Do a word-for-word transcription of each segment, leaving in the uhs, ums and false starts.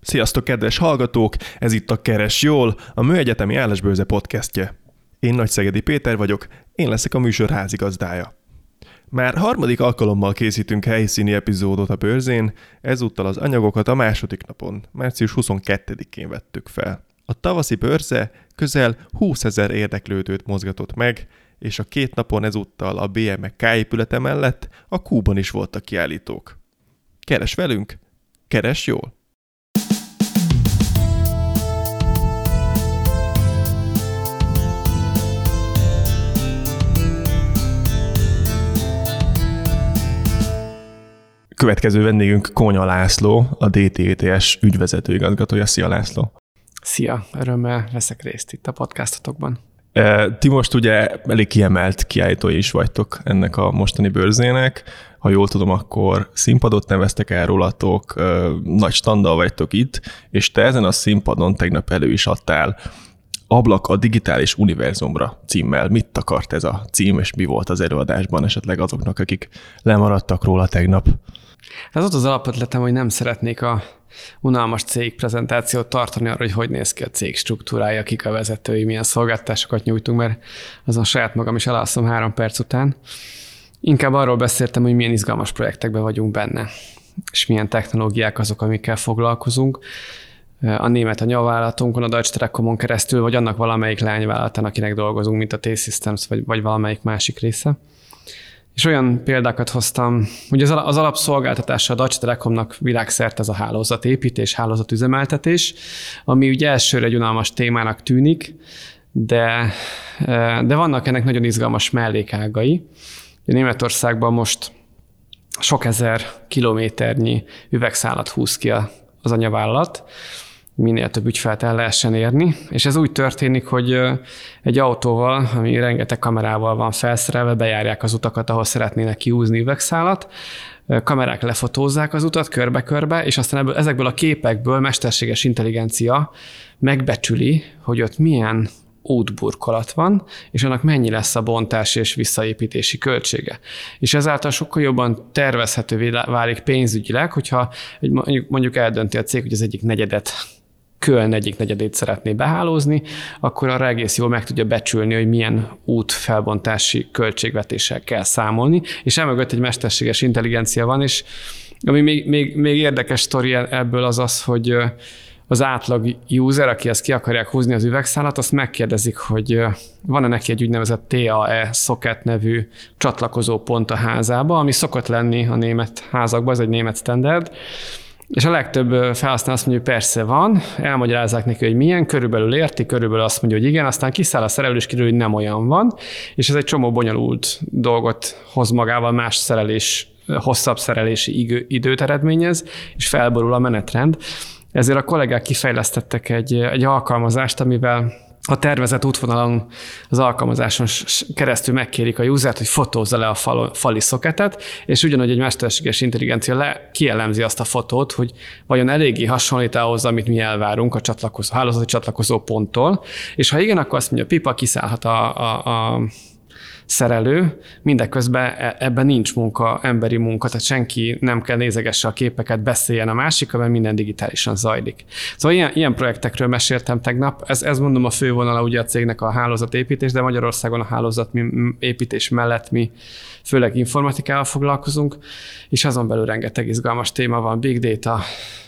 Sziasztok, kedves hallgatók! Ez itt a Keres Jól, a Műegyetemi Állásbőze podcastje. Én Nagyszegedi Péter vagyok, én leszek a műsor házigazdája. Már harmadik alkalommal készítünk helyszíni epizódot a bőrzén, ezúttal az anyagokat a második napon, március huszonkettedikén vettük fel. A tavaszi bőrze közel húszezer érdeklődőt mozgatott meg, és a két napon ezúttal a bé em ká épülete mellett a Q-ban is voltak kiállítók. Keres velünk, keres jól! Következő vendégünk Kónya László, a dé té é té es ügyvezető igazgatója. Szia, László! Szia! Örömmel veszek részt itt a podcastotokban. Ti most ugye elég kiemelt kiállítói is vagytok ennek a mostani bőrzének. Ha jól tudom, akkor színpadot neveztek el rólatok, nagy standal vagytok itt, és te ezen a színpadon tegnap elő is adtál Ablak a digitális univerzumra címmel. Mit akart ez a cím, és mi volt az előadásban esetleg azoknak, akik lemaradtak róla tegnap? Ez ott az alapötletem, hogy nem szeretnék a unalmas cég prezentációt tartani arra, hogy hogy néz ki a cég struktúrája, kik a vezetői, milyen szolgáltatásokat nyújtunk, mert azon saját magam is elalszom három perc után. Inkább arról beszéltem, hogy milyen izgalmas projektekben vagyunk benne, és milyen technológiák azok, amikkel foglalkozunk. A német anyavállalatunkkon, a Deutsche Telekomon keresztül, vagy annak valamelyik lányvállalatán, akinek dolgozunk, mint a T-Systems, vagy, vagy valamelyik másik része. És olyan példákat hoztam, hogy az, az alapszolgáltatása a Deutsche Telekomnak világszerte ez a hálózatépítés, hálózatüzemeltetés, ami ugye elsőre egy unalmas témának tűnik, de, de vannak ennek nagyon izgalmas mellékágai. Németországban most sok ezer kilométernyi üvegszálat húz ki az anyavállalat, minél több ügyfelt el lehessen érni, és ez úgy történik, hogy egy autóval, ami rengeteg kamerával van felszerelve, bejárják az utakat, ahol szeretnének kihúzni üvegszálat, kamerák lefotózzák az utat körbe-körbe, és aztán ebből, ezekből a képekből mesterséges intelligencia megbecsüli, hogy ott milyen útburkolat van, és annak mennyi lesz a bontási és visszaépítési költsége. És ezáltal sokkal jobban tervezhetővé válik pénzügyileg, hogyha mondjuk eldönti a cég, hogy az egyik negyedet, Köln egyik negyedét szeretné behálózni, akkor arra egész jól meg tudja becsülni, hogy milyen útfelbontási költségvetéssel kell számolni, és emögött egy mesterséges intelligencia van, és ami még, még, még érdekes sztori ebből az az, hogy az átlag user, aki ezt ki akarják húzni az üvegszálat, azt megkérdezik, hogy van-e neki egy úgynevezett té á é socket nevű csatlakozó pont a házába, ami szokott lenni a német házakban, ez egy német standard, és a legtöbb felhasználó azt mondja, hogy persze van, elmagyarázzák neki, hogy milyen, körülbelül érti, körülbelül azt mondja, hogy igen, aztán kiszáll a szerelő, és kiderül, hogy nem olyan van, és ez egy csomó bonyolult dolgot hoz magával, más szerelés, hosszabb szerelési időt eredményez, és felborul a menetrend. Ezért a kollégák kifejlesztettek egy, egy alkalmazást, amivel a tervezett útvonalon az alkalmazáson keresztül megkérik a usert, hogy fotózza le a fal, fali szoketet, és ugyanúgy egy mesterséges intelligencia le, kielemzi azt a fotót, hogy vajon eléggé hasonlít ahhoz, amit mi elvárunk a csatlakozó, hálózati csatlakozó ponttól, és ha igen, akkor azt mondja, pipa, kiszállhat a, a, a szerelő, mindeközben ebben nincs munka, emberi munka, tehát senki nem kell nézegesse a képeket, beszéljen a másikkal, mert minden digitálisan zajlik. Szóval ilyen, ilyen projektekről meséltem tegnap, ez, ez mondom a fővonala ugye a cégnek a hálózatépítés, de Magyarországon a hálózatépítés mellett mi főleg informatikával foglalkozunk, és azon belül rengeteg izgalmas téma van, big data,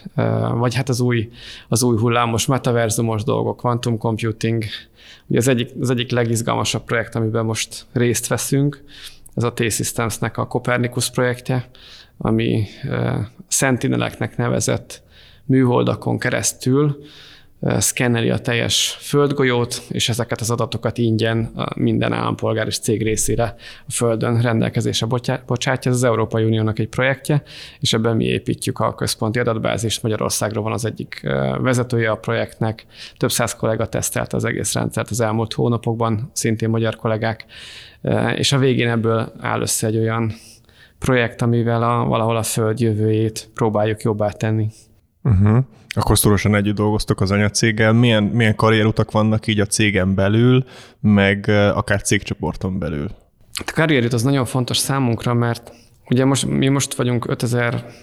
vagy hát az új, az új hullámos metaverzumos dolgok, quantum computing. Ugye az egyik, az egyik legizgalmasabb projekt, amiben most részt veszünk, ez a T-Systemsnek a Copernicus projektje, ami Sentineleknek nevezett műholdakon keresztül szkenneli a teljes földgolyót, és ezeket az adatokat ingyen minden állampolgár és cég részére a Földön rendelkezésre bocsátja. Ez az Európai Uniónak egy projektje, és ebben mi építjük a központi adatbázist. Magyarországról van az egyik vezetője a projektnek. Több száz kollega tesztelte az egész rendszert az elmúlt hónapokban, szintén magyar kollégák, és a végén ebből áll össze egy olyan projekt, amivel a, valahol a Föld jövőjét próbáljuk jobbá tenni. Uh-huh. Akkor szorosan együtt dolgoztok az anyacéggel. Milyen, milyen karrierutak vannak így a cégen belül, meg akár cégcsoporton belül? A karrierút az nagyon fontos számunkra, mert ugye most, mi most vagyunk ötezer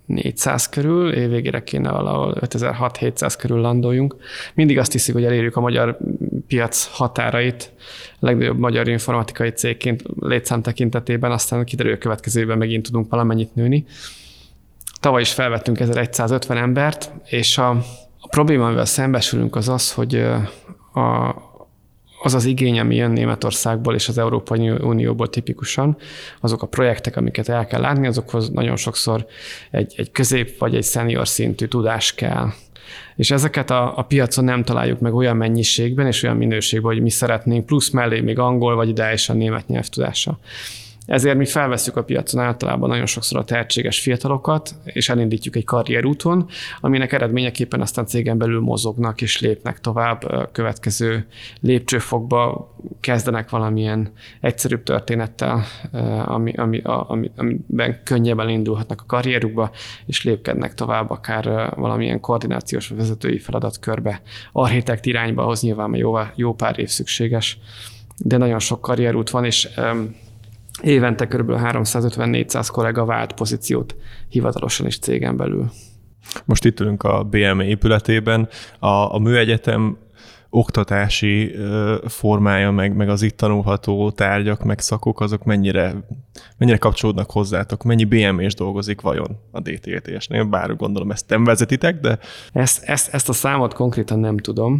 ötezer-négyszáz körül, évvégére kéne valahol ötezer-hatszáz-hétszáz körül landoljunk. Mindig azt hiszik, hogy elérjük a magyar piac határait, a legnagyobb magyar informatikai cégként létszám tekintetében, aztán kiderül, a következő évben megint tudunk valamennyit nőni. Tavaly is felvettünk ezerszázötven embert, és a, a probléma, amivel szembesülünk, az az, hogy a, az az igény, ami jön Németországból és az Európai Unióból tipikusan, azok a projektek, amiket el kell látni, azokhoz nagyon sokszor egy, egy közép vagy egy senior szintű tudás kell. És ezeket a, a piacon nem találjuk meg olyan mennyiségben és olyan minőségben, hogy mi szeretnénk, plusz mellé még angol vagy ideálisan német nyelvtudása. Ezért mi felveszünk a piacon általában nagyon sokszor a tehetséges fiatalokat, és elindítjuk egy karrierúton, aminek eredményeképpen aztán cégen belül mozognak és lépnek tovább, következő lépcsőfokba kezdenek valamilyen egyszerűbb történettel, ami, ami, ami, amiben könnyebben indulhatnak a karrierukba, és lépkednek tovább akár valamilyen koordinációs vagy vezetői feladatkörbe. Architekt irányba, ahhoz nyilván jó, jó pár év szükséges, de nagyon sok karrierút van, és évente kb. háromszázötven-négyszáz kollega vált pozíciót hivatalosan is cégen belül. Most itt ülünk a bé em e épületében. A, a műegyetem oktatási ö, formája, meg, meg az itt tanulható tárgyak, meg szakok, azok mennyire, mennyire kapcsolódnak hozzátok? Mennyi bé em é-s dolgozik vajon a dé té é té es-nél? Bár gondolom ezt nem vezetitek, de... Ezt, ezt, ezt a számot konkrétan nem tudom.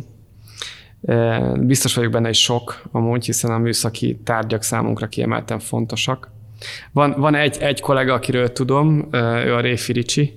Biztos vagyok benne, hogy sok amúgy, hiszen a műszaki tárgyak számunkra kiemelten fontosak. Van, van egy, egy kollega, akiről tudom, ő a Réfi Ricsi,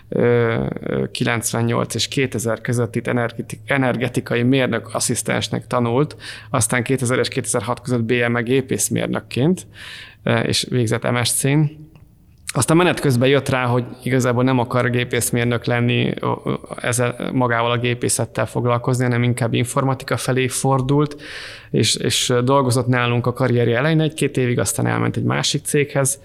kilencvennyolc és kétezer között itt energetikai mérnök asszisztensnek tanult, aztán kétezer és kétezer-hat között bé em e gépészmérnökként, és végzett em es cén. Aztán menet közben jött rá, hogy igazából nem akar gépészmérnök lenni, ezzel magával a gépészettel foglalkozni, hanem inkább informatika felé fordult, és, és dolgozott nálunk a karrierje elején egy-két évig, aztán elment egy másik céghez,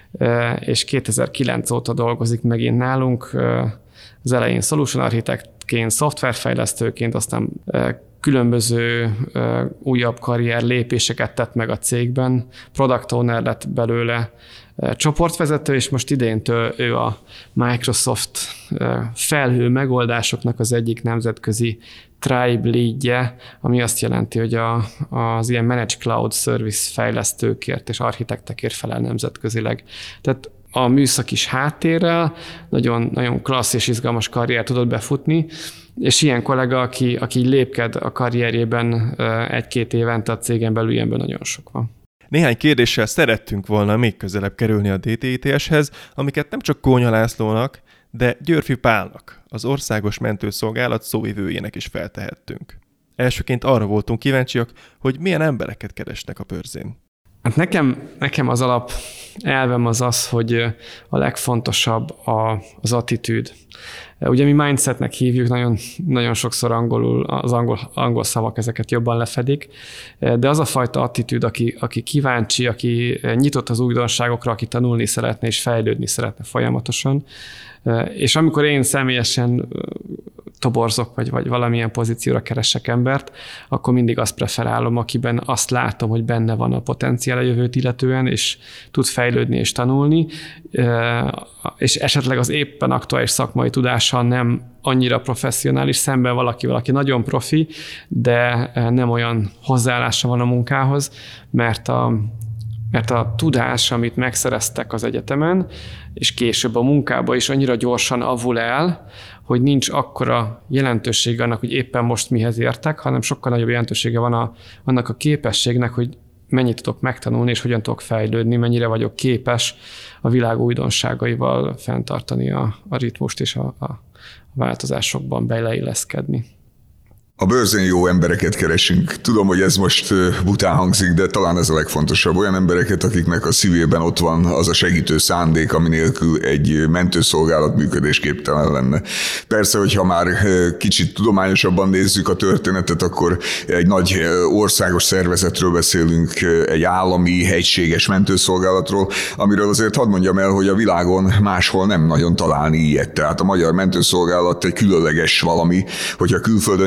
és kétezer-kilenc óta dolgozik megint nálunk, az elején solution architektként, szoftverfejlesztőként, aztán különböző újabb karrier lépéseket tett meg a cégben, product owner lett belőle, csoportvezető, és most idéntől ő a Microsoft felhő megoldásoknak az egyik nemzetközi tribe leadje, ami azt jelenti, hogy a, az ilyen managed cloud service fejlesztőkért és architektekért felel nemzetközileg. Tehát a műszakis háttérrel nagyon, nagyon klassz és izgalmas karrier tudott befutni, és ilyen kollega, aki, aki lépked a karrierjében egy-két évente a cégen belül, ilyenből nagyon sok van. Néhány kérdéssel szerettünk volna még közelebb kerülni a dé té é té es-hez, amiket nem csak Kónya Lászlónak, de Györfi Pálnak, az Országos Mentőszolgálat szóvivőjének is feltehettünk. Elsőként arra voltunk kíváncsiak, hogy milyen embereket keresnek a Börzén. Hát nekem, nekem az alap elvem az az, hogy a legfontosabb a, az attitűd. Ugye mi mindsetnek hívjuk, nagyon, nagyon sokszor angolul, az angol, angol szavak ezeket jobban lefedik, de az a fajta attitűd, aki, aki kíváncsi, aki nyitott az újdonságokra, aki tanulni szeretne és fejlődni szeretne folyamatosan. És amikor én személyesen toborzok, vagy, vagy valamilyen pozícióra keresek embert, akkor mindig azt preferálom, akiben azt látom, hogy benne van a potenciál a jövőt illetően, és tud fejlődni és tanulni, és esetleg az éppen aktuális szakmai tudása nem annyira professzionális, szemben valaki, valaki nagyon profi, de nem olyan hozzáállása van a munkához, mert a Mert a tudás, amit megszereztek az egyetemen, és később a munkában is annyira gyorsan avul el, hogy nincs akkora jelentősége annak, hogy éppen most mihez értek, hanem sokkal nagyobb jelentősége van a, annak a képességnek, hogy mennyit tudok megtanulni, és hogyan tudok fejlődni, mennyire vagyok képes a világ újdonságaival fenntartani a, a ritmust és a, a változásokban beleilleszkedni. A Börzén jó embereket keresünk. Tudom, hogy ez most bután hangzik, de talán ez a legfontosabb. Olyan embereket, akiknek a szívében ott van az a segítő szándék, ami nélkül egy mentőszolgálat működésképtelen lenne. Persze, hogyha már kicsit tudományosabban nézzük a történetet, akkor egy nagy országos szervezetről beszélünk, egy állami, egységes mentőszolgálatról, amiről azért hadd mondjam el, hogy a világon máshol nem nagyon találni ilyet. Tehát a magyar mentőszolgálat egy különleges valami, hogyha külföldön járunk, ott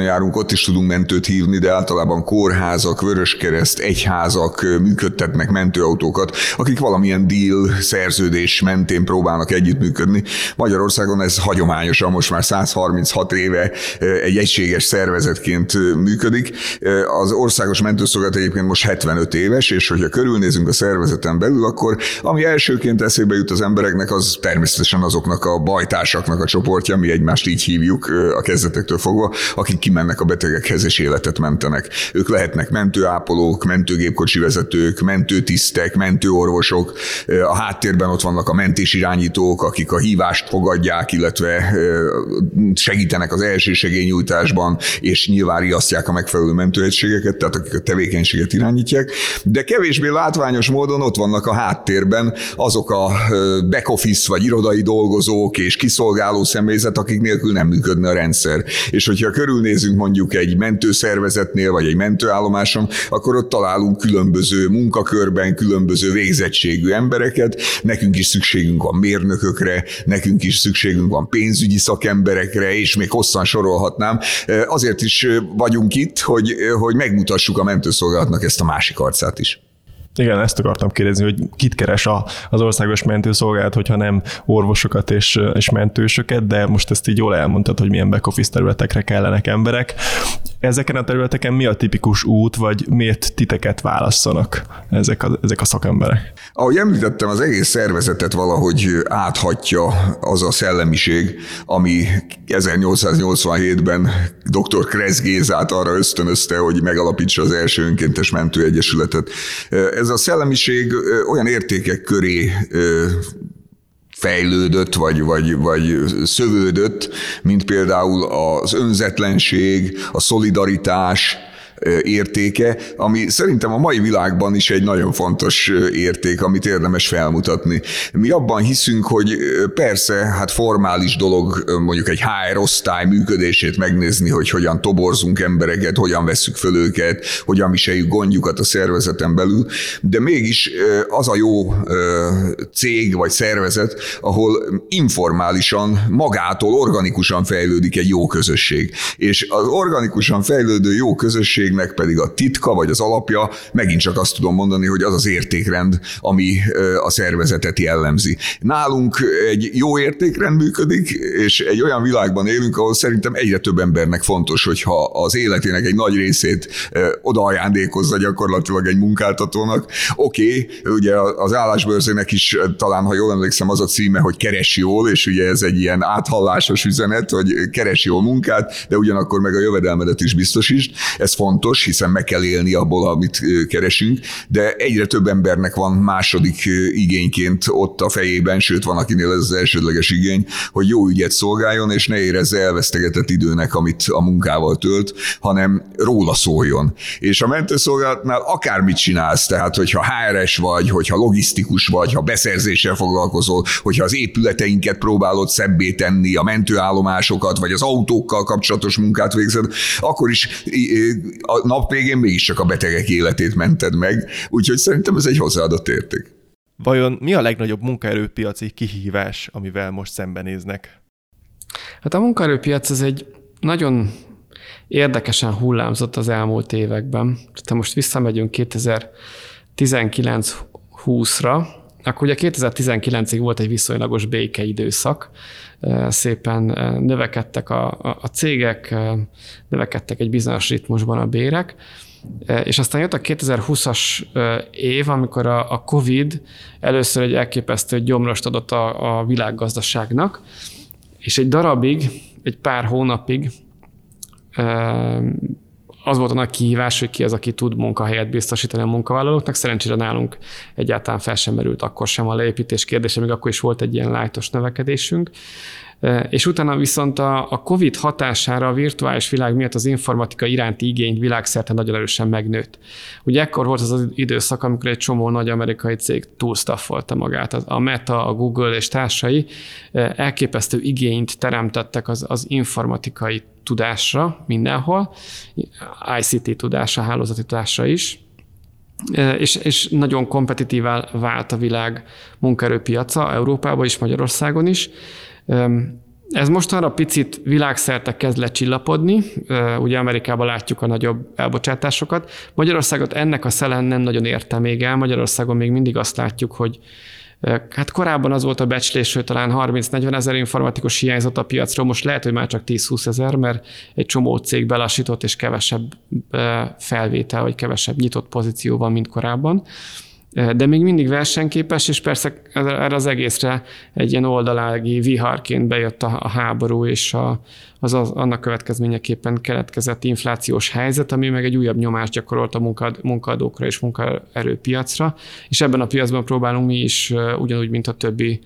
ott is tudunk mentőt hívni, de általában kórházak, Vöröskereszt, egyházak működtetnek mentőautókat, akik valamilyen deal, szerződés mentén próbálnak együttműködni. Magyarországon ez hagyományosan most már száz harminchat éve egy egységes szervezetként működik. Az Országos Mentőszolgálat egyébként most hetvenöt éves, és hogyha körülnézünk a szervezeten belül, akkor ami elsőként eszébe jut az embereknek, az természetesen azoknak a bajtársaknak a csoportja, mi egymást így hívjuk a kezdetektől fogva, akik kimennek a betegekhez és életet mentenek. Ők lehetnek mentőápolók, mentőgépkocsi vezetők, mentőtisztek, mentőorvosok, a háttérben ott vannak a mentésirányítók, akik a hívást fogadják, illetve segítenek az elsősegélynyújtásban, és nyilván riasztják a megfelelő mentőegységeket, tehát akik a tevékenységet irányítják, de kevésbé látványos módon ott vannak a háttérben azok a back office vagy irodai dolgozók és kiszolgáló személyzet, akik nélkül nem működne a rendszer. És hogyha körülnézünk mondjuk egy mentőszervezetnél vagy egy mentőállomáson, akkor ott találunk különböző munkakörben, különböző végzettségű embereket, nekünk is szükségünk van mérnökökre, nekünk is szükségünk van pénzügyi szakemberekre, és még hosszan sorolhatnám. Azért is vagyunk itt, hogy, hogy megmutassuk a mentőszolgálatnak ezt a másik arcát is. Igen, ezt akartam kérdezni, hogy kit keres a, az Országos Mentőszolgálat, hogyha nem orvosokat és, és mentősöket, de most ezt így jól elmondtad, hogy milyen back-office területekre kellenek emberek. Ezeken a területeken mi a tipikus út, vagy miért titeket válasszanak ezek a, ezek a szakemberek? Ahogy említettem, az egész szervezetet valahogy áthatja az a szellemiség, ami ezernyolcszáznyolcvanhétben dr. Kressz Gézát arra ösztönözte, hogy megalapítsa az első önkéntes mentőegyesületet. Ez a szellemiség olyan értékek köré fejlődött, vagy, vagy, vagy szövődött, mint például az önzetlenség, a szolidaritás értéke, ami szerintem a mai világban is egy nagyon fontos érték, amit érdemes felmutatni. Mi abban hiszünk, hogy persze, hát formális dolog mondjuk egy há er osztály működését megnézni, hogy hogyan toborzunk embereket, hogyan vesszük föl őket, hogyan viseljük gondjukat a szervezeten belül, de mégis az a jó cég vagy szervezet, ahol informálisan, magától organikusan fejlődik egy jó közösség. És az organikusan fejlődő jó közösség pedig a titka, vagy az alapja, megint csak azt tudom mondani, hogy az az értékrend, ami a szervezetet jellemzi. Nálunk egy jó értékrend működik, és egy olyan világban élünk, ahol szerintem egyre több embernek fontos, hogyha az életének egy nagy részét odaajándékozza gyakorlatilag egy munkáltatónak. Oké, okay, ugye az állásbörzének is talán, ha jól emlékszem, az a címe, hogy keres jól, és ugye ez egy ilyen áthallásos üzenet, hogy keres jól munkát, de ugyanakkor meg a jövedelmedet is biztosítsd. Ez fontos. Fontos, hiszen meg kell élni abból, amit keresünk, de egyre több embernek van második igényként ott a fejében, sőt van, akinél ez az elsődleges igény, hogy jó ügyet szolgáljon, és ne érezze elvesztegetett időnek, amit a munkával tölt, hanem róla szóljon. És a mentőszolgálatnál akármit csinálsz, tehát hogyha há er es vagy, hogyha logisztikus vagy, ha beszerzéssel foglalkozol, hogyha az épületeinket próbálod szebbé tenni, a mentőállomásokat, vagy az autókkal kapcsolatos munkát végzed, akkor is a nap végén mégiscsak a betegek életét mented meg, úgyhogy szerintem ez egy hozzáadott érték. Vajon mi a legnagyobb munkaerőpiaci kihívás, amivel most szembenéznek? Hát a munkaerőpiac ez egy nagyon érdekesen hullámzott az elmúlt években. Ha most visszamegyünk kétezer-tizenkilenc húszra, akkor ugye kétezer-tizenkilencig volt egy viszonylagos békeidőszak, szépen növekedtek a, a, a cégek, növekedtek egy bizonyos ritmusban a bérek, és aztán jött a kétezer-húszas év, amikor a, a Covid először egy elképesztő gyomrost adott a, a világgazdaságnak, és egy darabig, egy pár hónapig az volt a nagy kihívás, hogy ki az, aki tud munkahelyet biztosítani a munkavállalóknak. Szerencsére nálunk egyáltalán fel sem merült akkor sem a leépítés kérdése, még akkor is volt egy ilyen lájtos növekedésünk. És utána viszont a, a Covid hatására a virtuális világ miatt az informatika iránti igény világszerte nagyon erősen megnőtt. Ugye ekkor volt az az időszak, amikor egy csomó nagy amerikai cég túlstaffolta magát. A Meta, a Google és társai elképesztő igényt teremtettek az, az informatikai tudásra mindenhol, i cé té tudásra, hálózati tudásra is, és, és nagyon kompetitívá vált a világ munkaerőpiaca Európában és Magyarországon is. Ez mostanra picit világszerte kezd lecsillapodni, ugye Amerikában látjuk a nagyobb elbocsátásokat. Magyarországot ennek a szelen nem nagyon érte még el, Magyarországon még mindig azt látjuk, hogy hát korábban az volt a becslés, hogy talán harminc-negyven ezer informatikus hiányzott a piacról, most lehet, hogy már csak tíz-húsz ezer, mert egy csomó cég belassított, és kevesebb felvétel, vagy kevesebb nyitott pozíció van, mint korábban. De még mindig versenyképes, és persze erre az egészre egy ilyen oldalági viharként bejött a, a háború, és a, az, az annak következményeképpen keletkezett inflációs helyzet, ami meg egy újabb nyomást gyakorolt a munkad, munkaadókra és munkaerőpiacra, és ebben a piacban próbálunk mi is ugyanúgy, mint a többi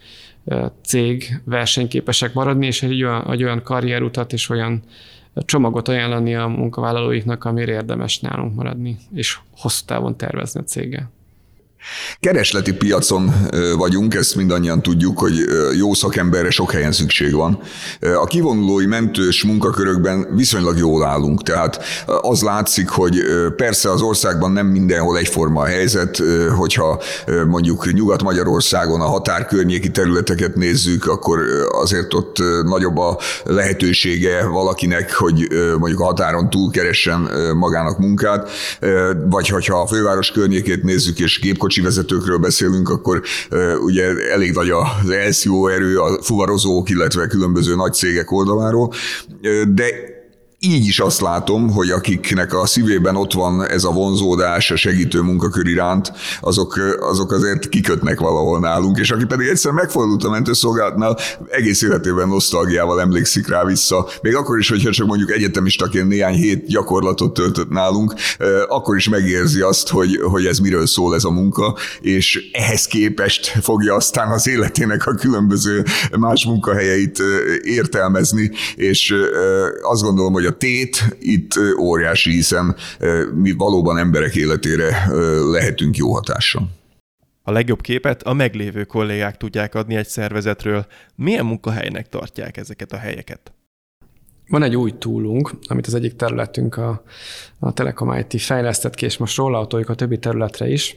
cég versenyképesek maradni, és egy olyan, egy olyan karrierutat és olyan csomagot ajánlani a munkavállalóiknak, amire érdemes nálunk maradni, és hosszú távon tervezni a céggel. Keresleti piacon vagyunk, ezt mindannyian tudjuk, hogy jó szakemberre sok helyen szükség van. A kivonulói mentős munkakörökben viszonylag jól állunk, tehát az látszik, hogy persze az országban nem mindenhol egyforma a helyzet, hogyha mondjuk Nyugat-Magyarországon a határkörnyéki területeket nézzük, akkor azért ott nagyobb a lehetősége valakinek, hogy mondjuk a határon túl keressen magának munkát, vagy hogyha a főváros környékét nézzük és gépkocsi vezetőkről beszélünk, akkor uh, ugye elég nagy az elszívó erő a fuvarozók, illetve különböző nagy cégek oldaláról, uh, de így is azt látom, hogy akiknek a szívében ott van ez a vonzódás a segítő munkakör iránt, azok, azok azért kikötnek valahol nálunk, és aki pedig egyszer megfordult a mentőszolgálatnál, egész életében nosztalgiával emlékszik rá vissza, még akkor is, hogyha csak mondjuk egyetemistaként néhány hét gyakorlatot töltött nálunk, akkor is megérzi azt, hogy, hogy ez miről szól ez a munka, és ehhez képest fogja aztán az életének a különböző más munkahelyeit értelmezni, és azt gondolom, hogy a tét itt óriási, hiszen mi valóban emberek életére lehetünk jó hatással. A legjobb képet a meglévő kollégák tudják adni egy szervezetről. Milyen munkahelynek tartják ezeket a helyeket? Van egy új toolunk, amit az egyik területünk a, a Telekom i té fejlesztett ki, és most rollautoljuk a többi területre is,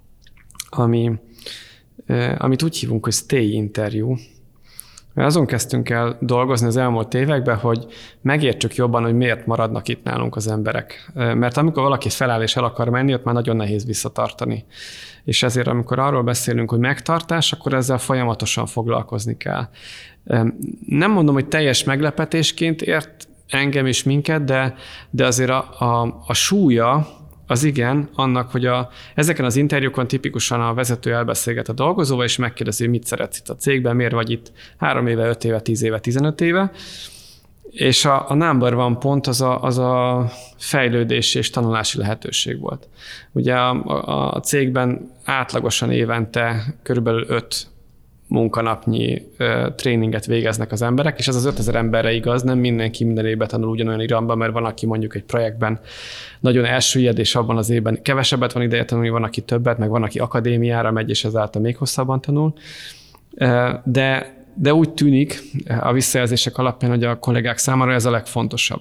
ami, amit úgy hívunk, hogy Stay Interview. Azon kezdtünk el dolgozni az elmúlt években, hogy megértsük jobban, hogy miért maradnak itt nálunk az emberek. Mert amikor valaki feláll és el akar menni, ott már nagyon nehéz visszatartani. És ezért, amikor arról beszélünk, hogy megtartás, akkor ezzel folyamatosan foglalkozni kell. Nem mondom, hogy teljes meglepetésként ért engem és minket, de, de azért a, a, a súlya, az igen, annak, hogy a, ezeken az interjúkon tipikusan a vezető elbeszélget a dolgozóval, és megkérdezi, hogy mit szeretsz itt a cégben, miért vagy itt három éve, öt éve, tíz éve, tizenöt éve. És a, a number one pont az a, az a fejlődési és tanulási lehetőség volt. Ugye a, a, a cégben átlagosan évente körülbelül öt munkanapnyi uh, tréninget végeznek az emberek, és ez az ötezer emberre igaz, nem mindenki minden évben tanul ugyanolyan iramba, mert van, aki mondjuk egy projektben nagyon elsüllyed, és abban az évben kevesebbet van ideje tanulni, van, aki többet, meg van, aki akadémiára megy, és ezáltal még hosszabban tanul. Uh, de, de úgy tűnik a visszajelzések alapján, hogy a kollégák számára ez a legfontosabb.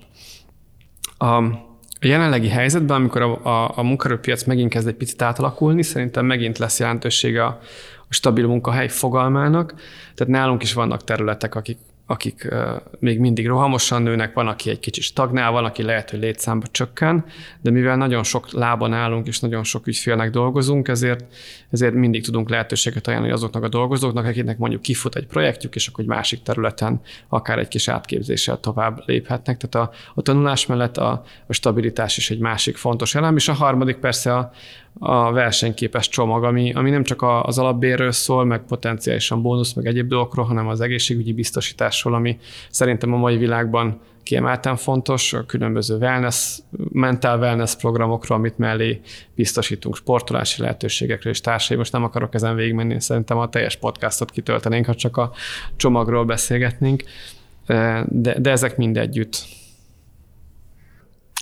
A A jelenlegi helyzetben, amikor a, a, a munkaerőpiac megint kezd egy picit átalakulni, szerintem megint lesz jelentősége a, a stabil munkahely fogalmának. Tehát nálunk is vannak területek, akik, akik uh, még mindig rohamosan nőnek, van, aki egy kicsit stagnál, van, aki lehet, hogy létszámba csökken, de mivel nagyon sok lábon állunk, és nagyon sok ügyfélnek dolgozunk, ezért, ezért mindig tudunk lehetőséget ajánlani azoknak a dolgozóknak, akiknek mondjuk kifut egy projektjük, és akkor egy másik területen akár egy kis átképzéssel tovább léphetnek. Tehát a, a tanulás mellett a, a stabilitás is egy másik fontos elem, és a harmadik persze a, a versenyképes csomag, ami, ami nem csak az alapbérről szól, meg potenciálisan bónusz, meg egyéb dolgokról, hanem az egészségügyi biztosításról, ami szerintem a mai világban kiemelten fontos, a különböző wellness, mental wellness programokról, amit mellé biztosítunk, sportolási lehetőségekről és társai. Most nem akarok ezen végigmenni, szerintem a teljes podcastot kitöltenénk, ha csak a csomagról beszélgetnénk, de, de ezek mind együtt.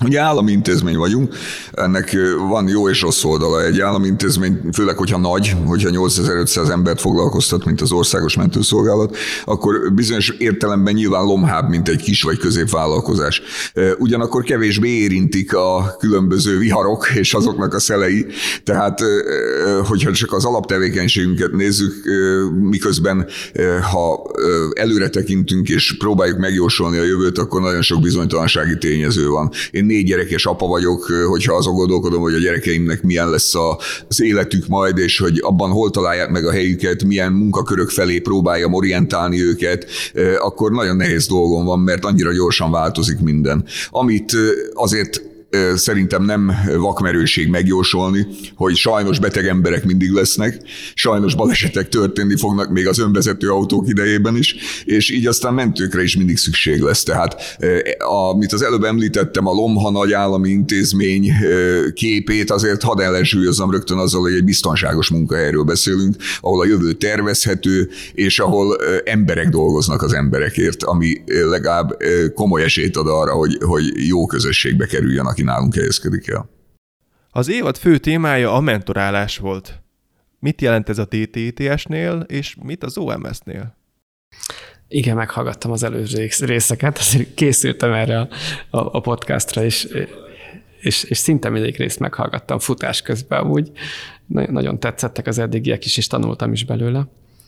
Ugye állami intézmény vagyunk, ennek van jó és rossz oldala. Egy állami intézmény, főleg, hogyha nagy, hogyha nyolcezer-ötszáz embert foglalkoztat, mint az Országos Mentőszolgálat, akkor bizonyos értelemben nyilván lomhább, mint egy kis vagy középvállalkozás. Ugyanakkor kevésbé érintik a különböző viharok és azoknak a szelei, tehát hogyha csak az alaptevékenységünket nézzük, miközben ha előre tekintünk és próbáljuk megjósolni a jövőt, akkor nagyon sok bizonytalansági tényező van. Én négy gyerekes apa vagyok, hogyha azon gondolkodom, hogy a gyerekeimnek milyen lesz az életük majd, és hogy abban hol találják meg a helyüket, milyen munkakörök felé próbáljam orientálni őket, akkor nagyon nehéz dolgom van, mert annyira gyorsan változik minden. Amit azért szerintem nem vakmerőség megjósolni, hogy sajnos beteg emberek mindig lesznek, sajnos balesetek történni fognak még az önvezető autók idejében is, és így aztán mentőkre is mindig szükség lesz. Tehát amit az előbb említettem, a Lomha nagy állami intézmény képét azért hadd ellensúlyozzam rögtön azzal, hogy egy biztonságos munkahelyről beszélünk, ahol a jövő tervezhető, és ahol emberek dolgoznak az emberekért, ami legalább komoly esélyt ad arra, hogy, hogy jó közösségbe kerüljön, aki nálunk helyezkedik el. Az évad fő témája a mentorálás volt. Mit jelent ez a té té té es-nél, és mit az o em es-nél? Igen, meghallgattam az előző részeket, azért készültem erre a, a podcastra, és, és, és szinte mindegyik részt meghallgattam futás közben, úgy nagyon tetszettek az eddigiek is, és tanultam is belőle.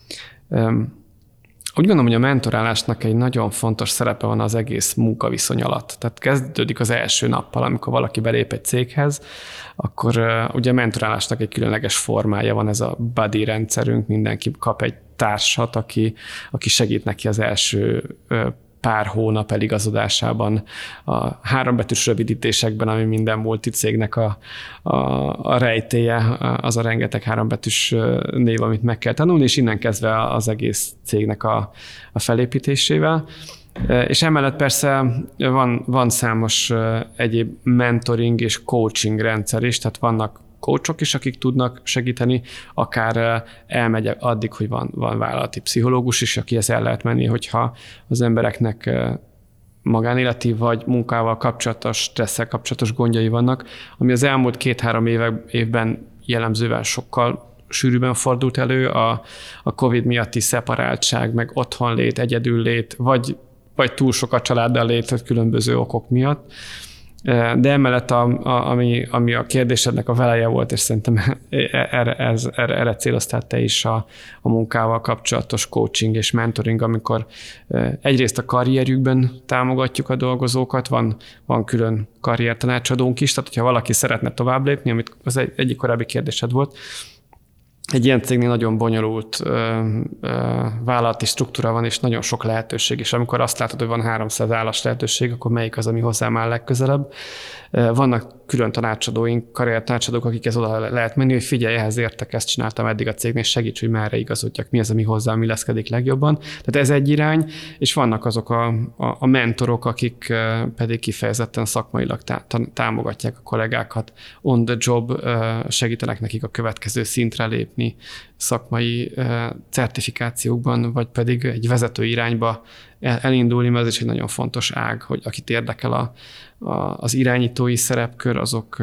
Úgy gondolom, hogy a mentorálásnak egy nagyon fontos szerepe van az egész munkaviszony alatt. Tehát kezdődik az első nappal, amikor valaki belép egy céghez, akkor uh, ugye a mentorálásnak egy különleges formája van, ez a buddy rendszerünk, mindenki kap egy társat, aki, aki segít neki az első uh, pár hónap eligazodásában, a hárombetűs rövidítésekben, ami minden multicégnek a, a, a rejtélye, az a rengeteg hárombetűs név, amit meg kell tanulni, és innen kezdve az egész cégnek a, a felépítésével. És emellett persze van, van számos egyéb mentoring és coaching rendszer is, tehát vannak coachok is, akik tudnak segíteni, akár elmegy addig, hogy van, van vállalati pszichológus is, akihez el lehet menni, hogyha az embereknek magánéleti vagy munkával kapcsolatos, stresszel kapcsolatos gondjai vannak, ami az elmúlt két-három évben jellemzően sokkal sűrűbben fordult elő, a, a Covid miatti szeparáltság, meg otthonlét, egyedüllét, vagy, vagy túl sok a családdal lét, különböző okok miatt. De emellett, a, a, ami, ami a kérdésednek a veleje volt, és szerintem erre, ez, erre, erre céloztál te is a, a munkával kapcsolatos coaching és mentoring, amikor egyrészt a karrierjükben támogatjuk a dolgozókat, van, van külön karriertanácsadónk is, tehát hogyha valaki szeretne tovább lépni, amit az egy, egyik korábbi kérdésed volt, egy ilyen cégnél nagyon bonyolult ö, ö, vállalati struktúra van, és nagyon sok lehetőség, és amikor azt látod, hogy van háromszáz állás lehetőség, akkor melyik az, ami hozzám áll legközelebb. Vannak külön tanácsadóink, karriertanácsadók, akikhez oda lehet menni, hogy figyelj, ehhez értek, ezt csináltam eddig a cégnél, segíts, hogy merre igazodjak, mi az, ami hozzám illeszkedik legjobban. Tehát ez egy irány, és vannak azok a, a, a mentorok, akik pedig kifejezetten szakmailag tá, támogatják a kollégákat, on the job, segítenek nekik a következő szintre lépni szakmai certifikációkban, vagy pedig egy vezető irányba elindulni, mert ez is egy nagyon fontos ág, hogy akit érdekel a, a, az irányítói szerepkör, azok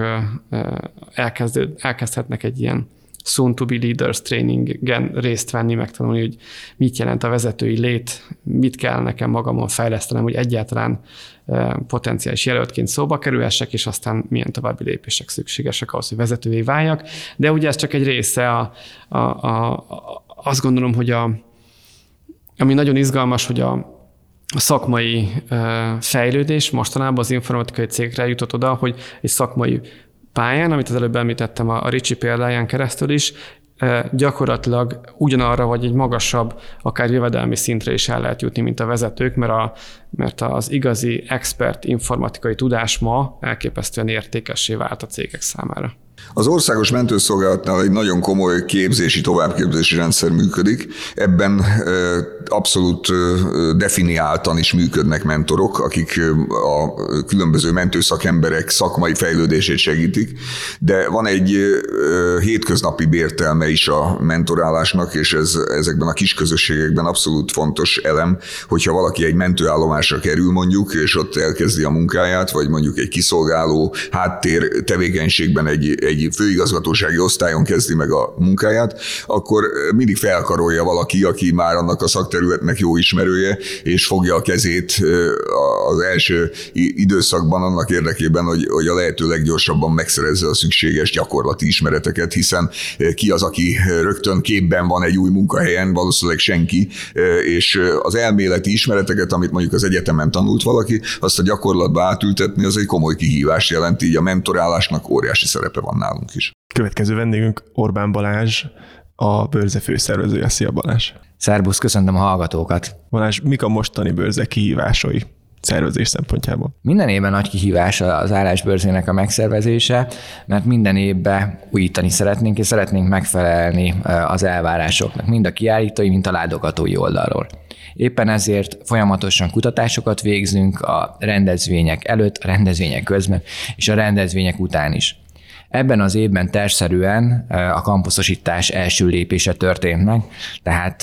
elkezd, elkezdhetnek egy ilyen soon to be leaders trainingen részt venni, megtanulni, hogy mit jelent a vezetői lét, mit kell nekem magamon fejlesztenem, hogy egyáltalán potenciális jelöltként szóba kerülhessek, és aztán milyen további lépések szükségesek ahhoz, hogy vezetővé váljak. De ugye ez csak egy része, a, a, a, a, azt gondolom, hogy a, ami nagyon izgalmas, hogy a A szakmai fejlődés mostanában az informatikai cégre jutott oda, hogy egy szakmai pályán, amit az előbb említettem a Ricsi példáján keresztül is, gyakorlatilag ugyanarra vagy egy magasabb, akár jövedelmi szintre is el lehet jutni, mint a vezetők, mert, a, mert az igazi expert informatikai tudás ma elképesztően értékessé vált a cégek számára. Az Országos Mentőszolgálatnál egy nagyon komoly képzési, továbbképzési rendszer működik. Ebben abszolút definiáltan is működnek mentorok, akik a különböző mentőszakemberek szakmai fejlődését segítik, de van egy hétköznapi bértelme is a mentorálásnak, és ez ezekben a kis közösségekben abszolút fontos elem, hogyha valaki egy mentőállomásra kerül mondjuk, és ott elkezdi a munkáját, vagy mondjuk egy kiszolgáló háttér tevékenységben egy, egy főigazgatósági osztályon kezdi meg a munkáját, akkor mindig felkarolja valaki, aki már annak a szakterületnek jó ismerője, és fogja a kezét az első időszakban annak érdekében, hogy, hogy a lehető leggyorsabban megszerezze a szükséges gyakorlati ismereteket, hiszen ki az, aki rögtön képben van egy új munkahelyen, valószínűleg senki, és az elméleti ismereteket, amit mondjuk az egyetemen tanult valaki, azt a gyakorlatba átültetni, az egy komoly kihívás jelent, így a mentorálásnak óriási szerepe van nálunk is. Következő vendégünk Orbán Balázs, a Bőrze főszervezője. Szia Balázs! Szerbusz, köszöntöm a hallgatókat! Balázs, mik a mostani Bőrze kihívásai szervezés szempontjából? Minden évben nagy kihívás az állásbőrzének a megszervezése, mert minden évben újítani szeretnénk, és szeretnénk megfelelni az elvárásoknak, mind a kiállítói, mind a látogatói oldalról. Éppen ezért folyamatosan kutatásokat végzünk a rendezvények előtt, a rendezvények közben és a rendezvények után is. Ebben az évben tervszerűen a kampuszosítás első lépése történt meg, tehát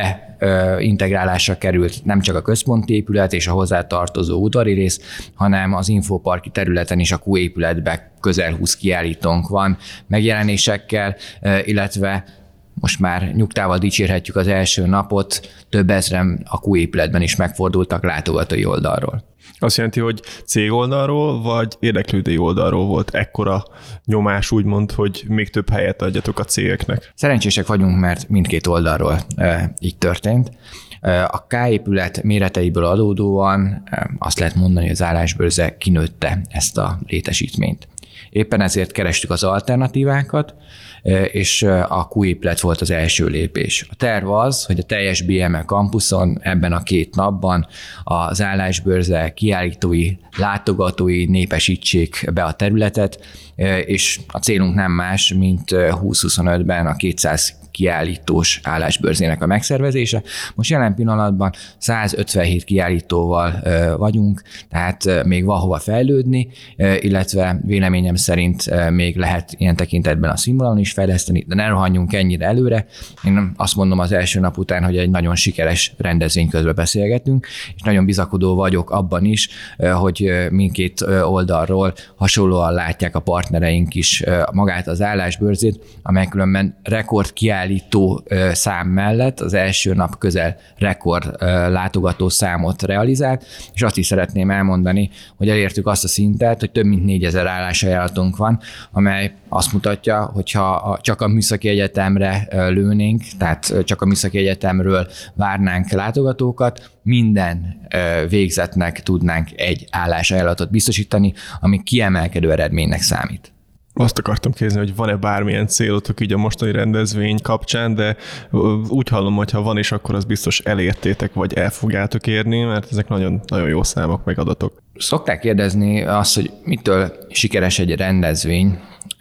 beintegrálásra került nem csak a központi épület és a hozzátartozó udvari rész, hanem az infoparki területen is a Q épületben közel húsz kiállítónk van megjelenésekkel, illetve most már nyugtával dicsérhetjük az első napot, több ezren a Q épületben is megfordultak látogatói oldalról. Azt jelenti, hogy cég oldalról, vagy érdeklődői oldalról volt ekkora nyomás, úgymond, hogy még több helyet adjatok a cégeknek? Szerencsések vagyunk, mert mindkét oldalról e, így történt. A K épület méreteiből adódóan e, azt lehet mondani, hogy az állásbőrze kinőtte ezt a létesítményt. Éppen ezért kerestük az alternatívákat, és a Q épület volt az első lépés. A terv az, hogy a teljes bé em e kampuszon ebben a két napban az állásbőrze kiállítói, látogatói népesítsék be a területet, és a célunk nem más, mint húsz-huszonötben a kétszáz kiállítós állásbőrzének a megszervezése. Most jelen pillanatban százötvenhét kiállítóval vagyunk, tehát még van hova fejlődni, illetve véleményem szerint még lehet ilyen tekintetben a színvonalon is fejleszteni, de ne rohanjunk ennyire előre. Én azt mondom az első nap után, hogy egy nagyon sikeres rendezvény közben beszélgetünk, és nagyon bizakodó vagyok abban is, hogy mindkét oldalról hasonlóan látják a partnereink is magát az állásbőrzét, amely különben rekord kiállító szám mellett az első nap közel rekord látogató számot realizált, és azt is szeretném elmondani, hogy elértük azt a szintet, hogy több mint négyezer állásajánlatunk van, amely azt mutatja, hogyha csak a műszaki egyetemre lőnénk, tehát csak a műszaki egyetemről várnánk látogatókat, minden végzetnek tudnánk egy állásajánlatot biztosítani, ami kiemelkedő eredménynek számít. Azt akartam kérdezni, hogy van-e bármilyen célotok így a mostani rendezvény kapcsán, de úgy hallom, hogy ha van is, akkor az biztos elértétek, vagy el fogjátok érni, mert ezek nagyon, nagyon jó számok, meg adatok. Szokták kérdezni azt, hogy mitől sikeres egy rendezvény.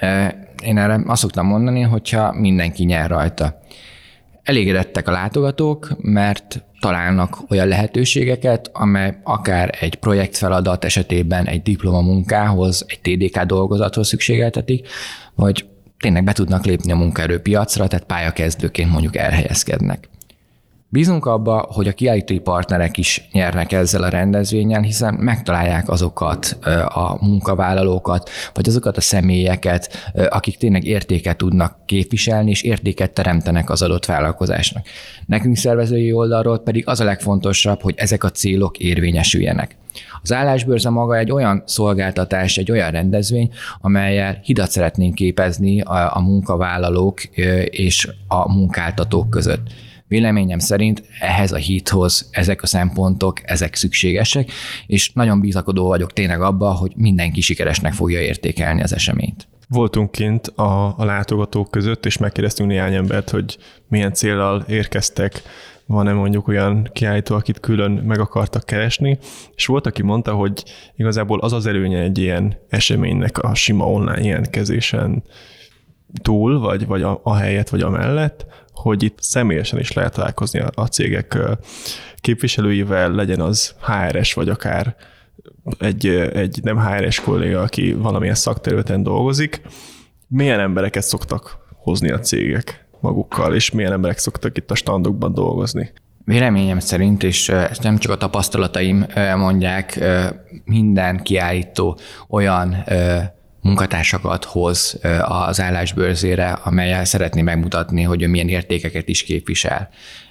Én erre azt szoktam mondani, hogyha mindenki nyer rajta. Elégedettek a látogatók, mert találnak olyan lehetőségeket, amely akár egy projektfeladat esetében egy diplomamunkához, egy té dé ká dolgozathoz szükségeltetik, vagy tényleg be tudnak lépni a munkaerőpiacra, tehát pályakezdőként mondjuk elhelyezkednek. Bízunk abba, hogy a kiállítói partnerek is nyernek ezzel a rendezvényen, hiszen megtalálják azokat a munkavállalókat, vagy azokat a személyeket, akik tényleg értéket tudnak képviselni, és értéket teremtenek az adott vállalkozásnak. Nekünk szervezői oldalról pedig az a legfontosabb, hogy ezek a célok érvényesüljenek. Az állásbőrze maga egy olyan szolgáltatás, egy olyan rendezvény, amellyel hidat szeretnénk képezni a, a munkavállalók és a munkáltatók között. Véleményem szerint ehhez a hithoz ezek a szempontok, ezek szükségesek, és nagyon bizakodó vagyok tényleg abba, hogy mindenki sikeresnek fogja értékelni az eseményt. Voltunk kint a, a látogatók között, és megkérdeztünk néhány embert, hogy milyen céllal érkeztek, van-e mondjuk olyan kiállító, akit külön meg akartak keresni, és volt, aki mondta, hogy igazából az az előnye egy ilyen eseménynek a sima online jelentkezésen túl, vagy, vagy a, a helyet, vagy a mellett, hogy itt személyesen is lehet találkozni a, a cégek képviselőivel, legyen az há er es, vagy akár egy, egy nem há er es kolléga, aki valamilyen szakterületen dolgozik. Milyen embereket szoktak hozni a cégek magukkal, és milyen emberek szoktak itt a standokban dolgozni? Véleményem szerint, és ezt nem csak a tapasztalataim mondják, minden kiállító olyan munkatársakat hoz az állásbörzére, amellyel szeretné megmutatni, hogy ő milyen értékeket is képvisel.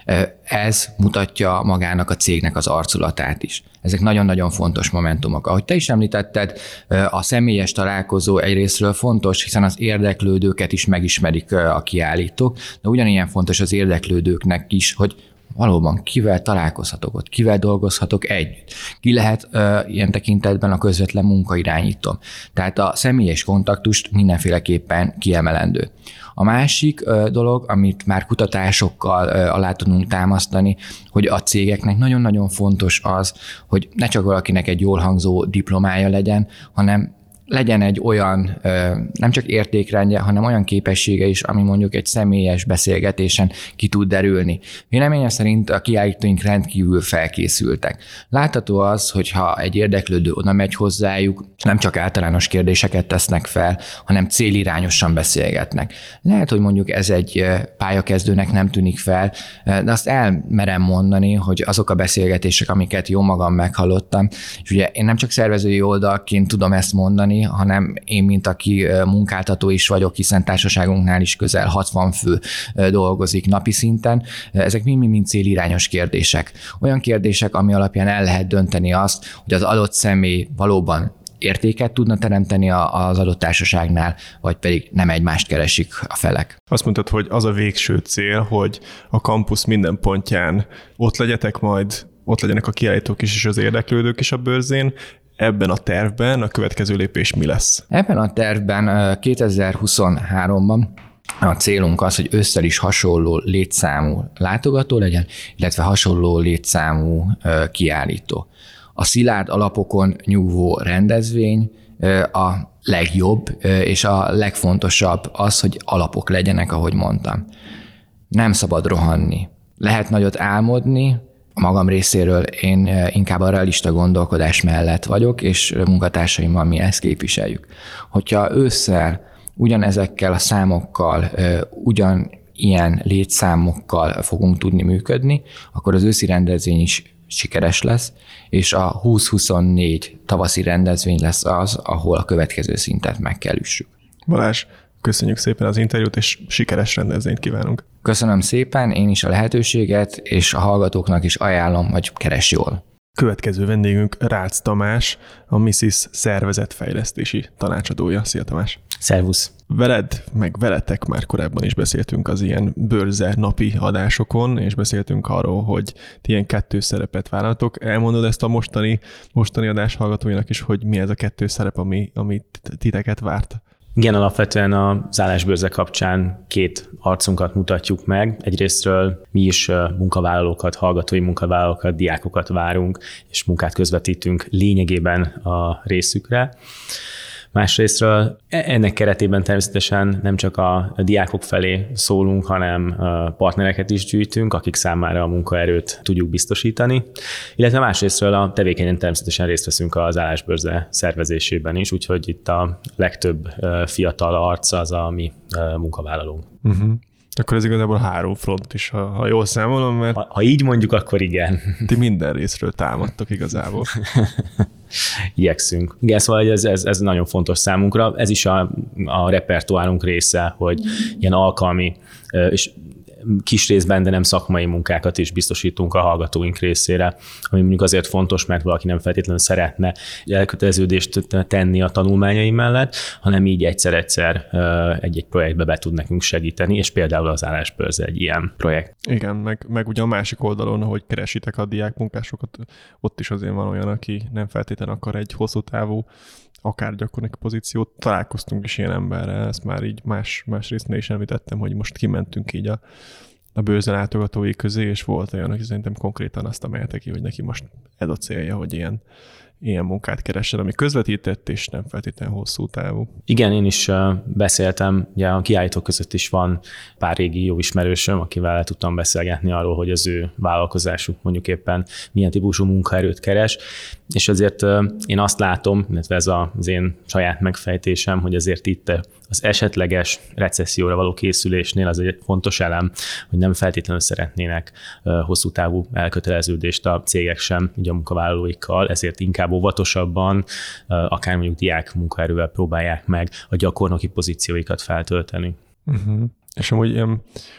Ez mutatja magának a cégnek az arculatát is. Ezek nagyon-nagyon fontos momentumok. Ahogy te is említetted, a személyes találkozó egyrészről fontos, hiszen az érdeklődőket is megismerik a kiállítók, de ugyanilyen fontos az érdeklődőknek is, hogy valóban kivel találkozhatok ott, kivel dolgozhatok együtt. Ki lehet uh, ilyen tekintetben a közvetlen munkairányítóm. Tehát a személyes kontaktust mindenféleképpen kiemelendő. A másik uh, dolog, amit már kutatásokkal uh, alá tudunk támasztani, hogy a cégeknek nagyon-nagyon fontos az, hogy ne csak valakinek egy jól hangzó diplomája legyen, hanem legyen egy olyan, nem csak értékrendje, hanem olyan képessége is, ami mondjuk egy személyes beszélgetésen ki tud derülni. Véleményem szerint a kiállítóink rendkívül felkészültek. Látható az, hogyha egy érdeklődő oda megy hozzájuk, nem csak általános kérdéseket tesznek fel, hanem célirányosan beszélgetnek. Lehet, hogy mondjuk ez egy pályakezdőnek nem tűnik fel, de azt elmerem mondani, hogy azok a beszélgetések, amiket jó magam meghallottam, és ugye én nem csak szervezői oldalként tudom ezt mondani, hanem én, mint aki munkáltató is vagyok, hiszen társaságunknál is közel hatvan fő dolgozik napi szinten. Ezek mind-mind célirányos kérdések. Olyan kérdések, ami alapján el lehet dönteni azt, hogy az adott személy valóban értéket tudna teremteni az adott társaságnál, vagy pedig nem egymást keresik a felek. Azt mondtad, hogy az a végső cél, hogy a kampusz minden pontján ott legyetek majd, ott legyenek a kiállítók is és az érdeklődők is a bőrzén. Ebben a tervben a következő lépés mi lesz? Ebben a tervben kétezer-huszonháromban a célunk az, hogy ősszel is hasonló létszámú látogató legyen, illetve hasonló létszámú kiállító. A szilárd alapokon nyugvó rendezvény a legjobb és a legfontosabb az, hogy alapok legyenek, ahogy mondtam. Nem szabad rohanni. Lehet nagyot álmodni, a magam részéről én inkább a realista gondolkodás mellett vagyok, és munkatársaimmal mi ezt képviseljük. Hogyha ősszel ugyanezekkel a számokkal, ugyanilyen létszámokkal fogunk tudni működni, akkor az őszi rendezvény is sikeres lesz, és a húsz huszonnégy tavaszi rendezvény lesz az, ahol a következő szintet meg kell üssük. Balázs, köszönjük szépen az interjút, és sikeres rendezvényt kívánunk. Köszönöm szépen, én is a lehetőséget, és a hallgatóknak is ajánlom, hogy keress jól. Következő vendégünk Rácz Tamás, a miszisz szervezetfejlesztési tanácsadója. Szia Tamás! Szervusz! Veled, meg veletek már korábban is beszéltünk az ilyen bőrze napi adásokon, és beszéltünk arról, hogy ti ilyen kettős szerepet vállaltok. Elmondod ezt a mostani, mostani adás hallgatóinak is, hogy mi ez a kettős szerep, ami, ami titeket várt? Igen, alapvetően az állásbőrze kapcsán két arcunkat mutatjuk meg. Egyrésztről mi is munkavállalókat, hallgatói munkavállalókat, diákokat várunk, és munkát közvetítünk lényegében a részükre. Másrésztről ennek keretében természetesen nem csak a diákok felé szólunk, hanem partnereket is gyűjtünk, akik számára a munkaerőt tudjuk biztosítani, illetve másrésztről a tevékenyen természetesen részt veszünk az állásbőrze szervezésében is, úgyhogy itt a legtöbb fiatal arc az a mi munkavállalónk. Uh-huh. Akkor ez igazából három front is, ha, ha jól számolom, mert... Ha, ha így mondjuk, akkor igen. Ti minden részről támadtok igazából. Igyekszünk. Igen, szóval ez, ez, ez nagyon fontos számunkra. Ez is a, a repertoárunk része, hogy ilyen alkalmi és kis részben, de nem szakmai munkákat is biztosítunk a hallgatóink részére, ami mondjuk azért fontos, mert valaki nem feltétlenül szeretne elköteleződést tenni a tanulmányai mellett, hanem így egyszer-egyszer egy-egy projektbe be tud nekünk segíteni, és például az állásbőrze egy ilyen projekt. Igen, meg, meg ugye a másik oldalon, hogy keresitek a diákmunkásokat, ott is azért van olyan, aki nem feltétlenül akar egy hosszú távú akár gyakornoki pozíciót. Találkoztunk is ilyen emberrel, ezt már így más, más résznél is említettem, hogy most kimentünk így a, a bőrze látogatói közé, és volt olyan, aki szerintem konkrétan azt emelte ki, hogy neki most ez a célja, hogy ilyen, ilyen munkát keressen, ami közvetített, és nem feltétlenül hosszú távú. Igen, én is beszéltem, ugye a kiállítók között is van pár régi jó ismerősöm, akivel el tudtam beszélgetni arról, hogy az ő vállalkozásuk mondjuk éppen milyen típusú munkaerőt keres, és azért én azt látom, illetve ez az én saját megfejtésem, hogy azért itt az esetleges recesszióra való készülésnél az egy fontos elem, hogy nem feltétlenül szeretnének hosszú távú elköteleződést a cégek sem, ugye a munkavállalóikkal, ezért inkább óvatosabban, akár mondjuk diák munkaerővel próbálják meg a gyakornoki pozícióikat feltölteni. Uh-huh. És amúgy ilyen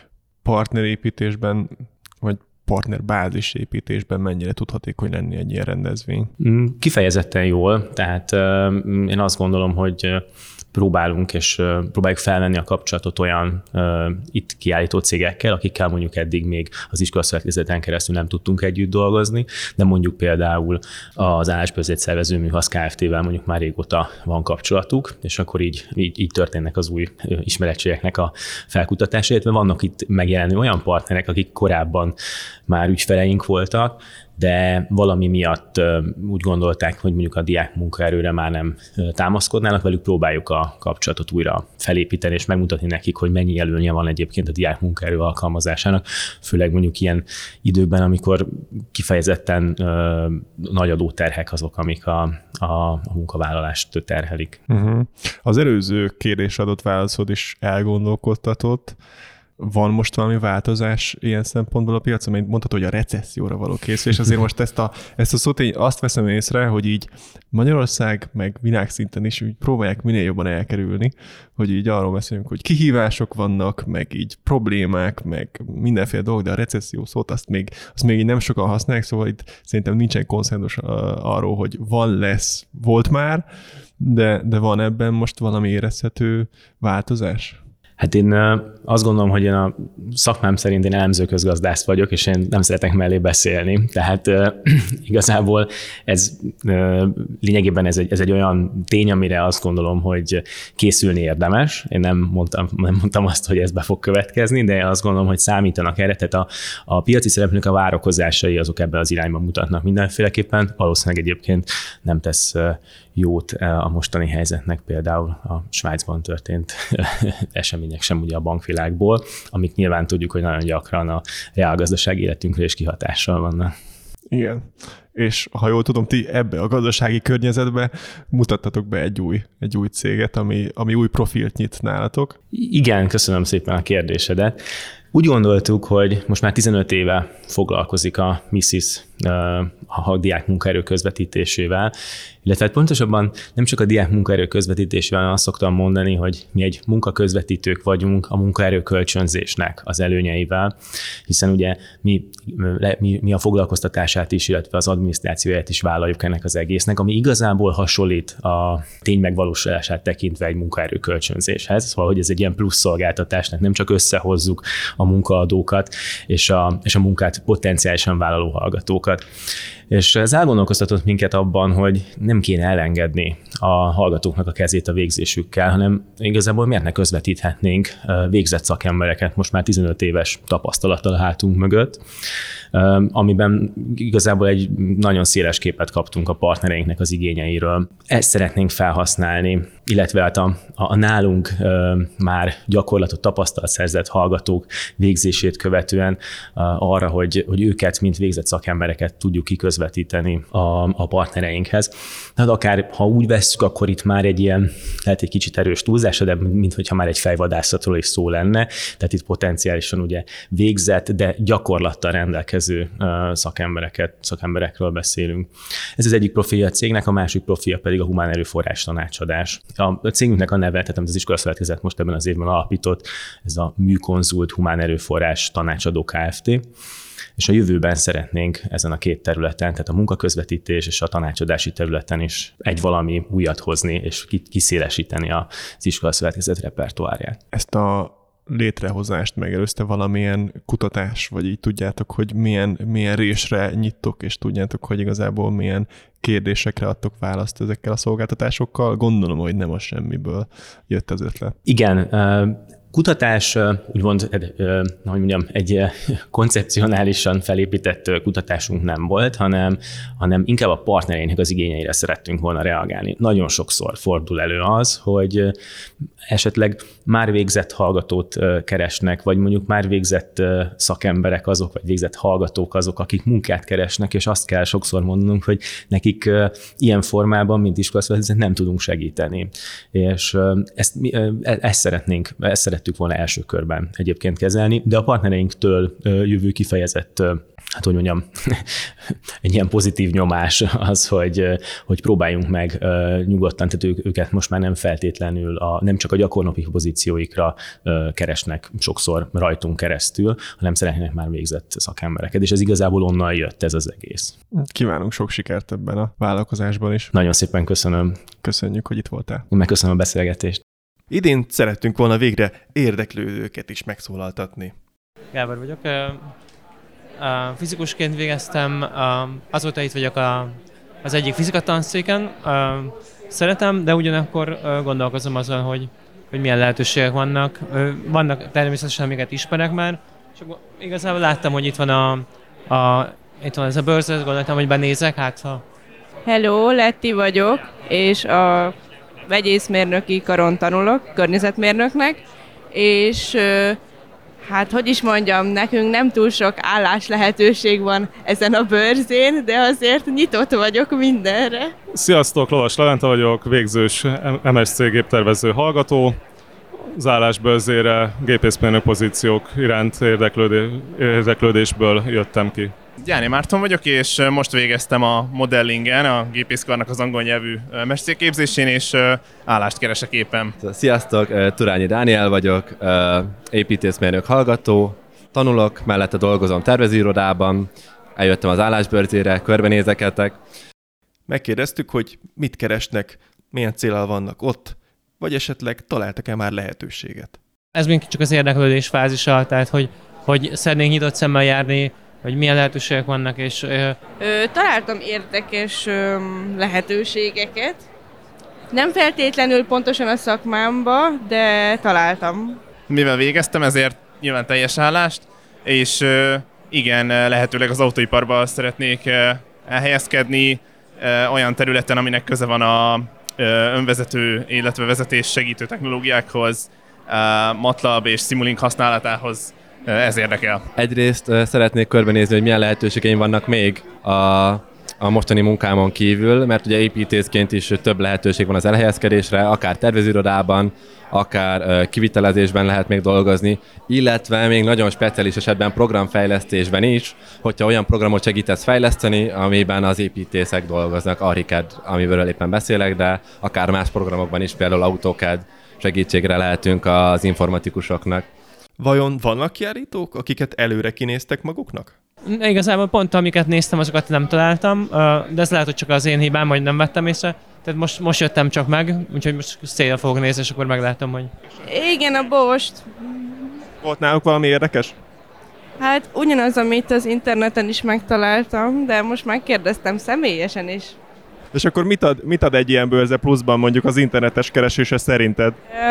partnerépítésben, vagy partnerbázis építésben mennyire tud hatékony lenni egy ilyen rendezvény? Kifejezetten jól, tehát én azt gondolom, hogy próbálunk és próbáljuk felvenni a kapcsolatot olyan uh, itt kiállító cégekkel, akikkel mondjuk eddig még az iskolaszövetkezeten keresztül nem tudtunk együtt dolgozni, de mondjuk például az Állásbőrzét szervező Műhasz Kft-vel mondjuk már régóta van kapcsolatuk, és akkor így, így, így történnek az új ismerettségeknek a felkutatása, illetve vannak itt megjelenő olyan partnerek, akik korábban már ügyfeleink voltak, de valami miatt úgy gondolták, hogy mondjuk a diák munkaerőre már nem támaszkodnának, velük próbáljuk a kapcsolatot újra felépíteni, és megmutatni nekik, hogy mennyi előnye van egyébként a diák munkaerő alkalmazásának, főleg mondjuk ilyen időkben, amikor kifejezetten ö, nagy adóterhek azok, amik a, a, a munkavállalást terhelik. Uh-huh. Az előző kérdésre adott válaszod is elgondolkodtatott. Van most valami változás ilyen szempontból a piacon, mert mondhatod, hogy a recesszióra való készülés, azért most ezt a, ezt a szót én azt veszem észre, hogy így Magyarország, meg világszinten is úgy próbálják minél jobban elkerülni, hogy így arról beszélünk, hogy kihívások vannak, meg így problémák, meg mindenféle dolog, de a recesszió szót azt még, azt még így nem sokan használják, szóval itt szerintem nincsen konszenzus arról, hogy van, lesz, volt már, de, de van ebben most valami érezhető változás? Hát én azt gondolom, hogy én a szakmám szerint én elemző közgazdász vagyok, és én nem szeretek mellé beszélni. Tehát igazából ez lényegében ez egy, ez egy olyan tény, amire azt gondolom, hogy készülni érdemes. Én nem mondtam, nem mondtam azt, hogy ez be fog következni, de azt gondolom, hogy számítanak erre. Tehát a, a piaci szereplők a várakozásai azok ebben az irányban mutatnak mindenféleképpen. Valószínűleg egyébként nem tesz jót a mostani helyzetnek, például a Svájcban történt események sem ugye a bankvilágból, amik nyilván tudjuk, hogy nagyon gyakran a reálgazdasági életünkre is kihatással vannak. Igen. És ha jól tudom, ti ebbe a gazdasági környezetbe mutattatok be egy új, egy új céget, ami, ami új profilt nyit nálatok. Igen, köszönöm szépen a kérdésedet. Úgy gondoltuk, hogy most már tizenöt éve foglalkozik a MISZIS a diák munkaerő közvetítésével, illetve pontosabban nem csak a diák munkaerő közvetítésével, hanem azt szoktam mondani, hogy mi egy munkaközvetítők vagyunk a munkaerő kölcsönzésnek az előnyeivel, hiszen ugye mi, mi, mi a foglalkoztatását is, illetve az adminisztrációját is vállaljuk ennek az egésznek, ami igazából hasonlít a tény megvalósulását tekintve egy munkaerő kölcsönzéshez, szóval hogy ez egy ilyen plusz szolgáltatásnak, nem csak összehozzuk a munkaadókat és a, és a munkát potenciálisan vállaló hallgatókat. És ez elgondolkoztatott minket abban, hogy nem kéne elengedni a hallgatóknak a kezét a végzésükkel, hanem igazából miért ne közvetíthetnénk végzett szakembereket most már tizenöt éves tapasztalattal a hátunk mögött, amiben igazából egy nagyon széles képet kaptunk a partnereinknek az igényeiről. Ezt szeretnénk felhasználni, illetve hát a, a nálunk már gyakorlatot tapasztalat szerzett hallgatók végzését követően arra, hogy, hogy őket, mint végzett szakembereket tudjuk kiközvetíteni a, a partnereinkhez. Tehát akár, ha úgy vesszük, akkor itt már egy ilyen, lehet egy kicsit erős túlzás, de minthogyha már egy fejvadászatról is szó lenne, tehát itt potenciálisan ugye végzett, de gyakorlattal rendelkező szakembereket, szakemberekről beszélünk. Ez az egyik profilja a cégnek, a másik profilja pedig a humán erőforrás tanácsadás. A cégünknek a neve, tehát az iskolaszövetkezet most ebben az évben alapított, ez a Műkonzult humán erőforrás tanácsadó Kft. És a jövőben szeretnénk ezen a két területen, tehát a munkaközvetítés és a tanácsadási területen is egy valami újat hozni, és kiszélesíteni az iskolaszövetkezet repertoárját. Ezt a létrehozást megelőzte valamilyen kutatás, vagy így tudjátok, hogy milyen, milyen résre nyittok, és tudjátok, hogy igazából milyen kérdésekre adtok választ ezekkel a szolgáltatásokkal. Gondolom, hogy nem a semmiből jött az ötlet. Igen, kutatás, úgymond, hogy mondjam, egy koncepcionálisan felépített kutatásunk nem volt, hanem, hanem inkább a partnereinek az igényeire szerettünk volna reagálni. Nagyon sokszor fordul elő az, hogy esetleg már végzett hallgatót keresnek, vagy mondjuk már végzett szakemberek azok, vagy végzett hallgatók azok, akik munkát keresnek, és azt kell sokszor mondanunk, hogy nekik ilyen formában, mint iskolaszvezetők nem tudunk segíteni. És ezt, ezt szeretnénk, ezt szerettük volna első körben egyébként kezelni, de a partnereinktől jövő kifejezett, hát hogy mondjam, egy ilyen pozitív nyomás az, hogy, hogy próbáljunk meg nyugodtan, tehát ők, őket most már nem feltétlenül, a, nem csak a gyakornoki pozícióikra keresnek sokszor rajtunk keresztül, hanem szeretnének már végzett szakembereket, és ez igazából onnan jött ez az egész. Kívánunk sok sikert ebben a vállalkozásban is. Nagyon szépen köszönöm. Köszönjük, hogy itt voltál. Megköszönöm a beszélgetést. Idén szerettünk volna végre érdeklődőket is megszólaltatni. Gábor vagyok. Fizikusként végeztem, azóta itt vagyok az egyik fizikatanszéken. Szeretem, de ugyanakkor gondolkozom azon, hogy, hogy milyen lehetőségek vannak. Vannak természetesen, amiket ismerek már, és igazából láttam, hogy itt van, a, a, itt van ez a bőrzet, gondoltam, hogy benézek, hát ha... Hello, Letti vagyok, és a vegyészmérnöki karon tanulok, környezetmérnöknek, és hát hogy is mondjam, nekünk nem túl sok állás lehetőség van ezen a bőrzén, de azért nyitott vagyok mindenre. Sziasztok, Lovas Levente vagyok, végzős em es cé géptervező hallgató. Az állásbőrzére gépészmérnök pozíciók iránt érdeklődés, érdeklődésből jöttem ki. Gyáni Márton vagyok, és most végeztem a modellingen, a gépészkarnak az angol nyelvű em es cé képzésén, és állást keresek éppen. Sziasztok, Turányi Dániel vagyok, építészmérnök hallgató, tanulok, mellette dolgozom tervezőirodában, eljöttem az állásbőrzére, körbenézekeltek. Megkérdeztük, hogy mit keresnek, milyen céllal vannak ott, vagy esetleg találtak-e már lehetőséget. Ez még csak az érdeklődés fázisa, tehát hogy, hogy szeretnénk nyitott szemmel járni, hogy milyen lehetőségek vannak, és... Ö... Ö, találtam érdekes ö, lehetőségeket. Nem feltétlenül pontosan a szakmámba, de találtam. Mivel végeztem, ezért nyilván teljes állást, és ö, igen, lehetőleg az autóiparba szeretnék ö, elhelyezkedni, ö, olyan területen, aminek köze van a ö, önvezető, illetve vezetés segítő technológiákhoz, ö, MATLAB és Simulink használatához. Ez érdekel. Egyrészt uh, szeretnék körbenézni, hogy milyen lehetőségeim vannak még a, a mostani munkámon kívül, mert ugye építészként is több lehetőség van az elhelyezkedésre, akár tervezőirodában, akár uh, kivitelezésben lehet még dolgozni, illetve még nagyon speciális esetben programfejlesztésben is, hogyha olyan programot segítesz fejleszteni, amiben az építészek dolgoznak, ARCAD, amiről éppen beszélek, de akár más programokban is, például AutoCAD segítségre lehetünk az informatikusoknak. Vajon vannak kiállítók, akiket előre kinéztek maguknak? Igazából pont amiket néztem, azokat nem találtam, de ez lehet, hogy csak az én hibám, hogy nem vettem észre. Tehát most, most jöttem csak meg, úgyhogy most széjjel fogok nézni, és akkor meglátom, hogy... Igen, a Bosch. Volt náluk valami érdekes? Hát ugyanaz, amit az interneten is megtaláltam, de most megkérdeztem személyesen is. És akkor mit ad, mit ad egy ilyen bőrze pluszban mondjuk az internetes keresése szerinted?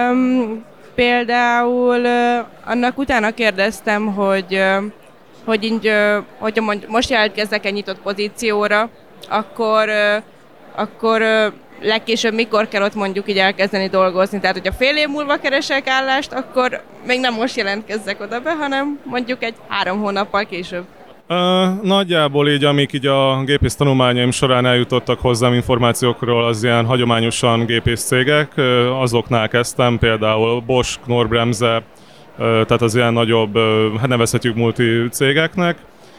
Um, Például uh, annak utána kérdeztem, hogy, uh, hogy így, uh, hogyha mond, most jelentkezzek egy nyitott pozícióra, akkor, uh, akkor uh, legkésőbb mikor kell ott mondjuk így elkezdeni dolgozni. Tehát, hogyha fél év múlva keresek állást, akkor még nem most jelentkezzek oda be, hanem mondjuk egy három hónappal később. Uh, nagyjából így, amik így a gépész tanulmányaim során eljutottak hozzám információkról, az ilyen hagyományosan gépész cégek, uh, azoknál kezdtem, például Bosch, Knorr-Bremse, uh, tehát az ilyen nagyobb, uh, hát nevezhetjük multi cégeknek.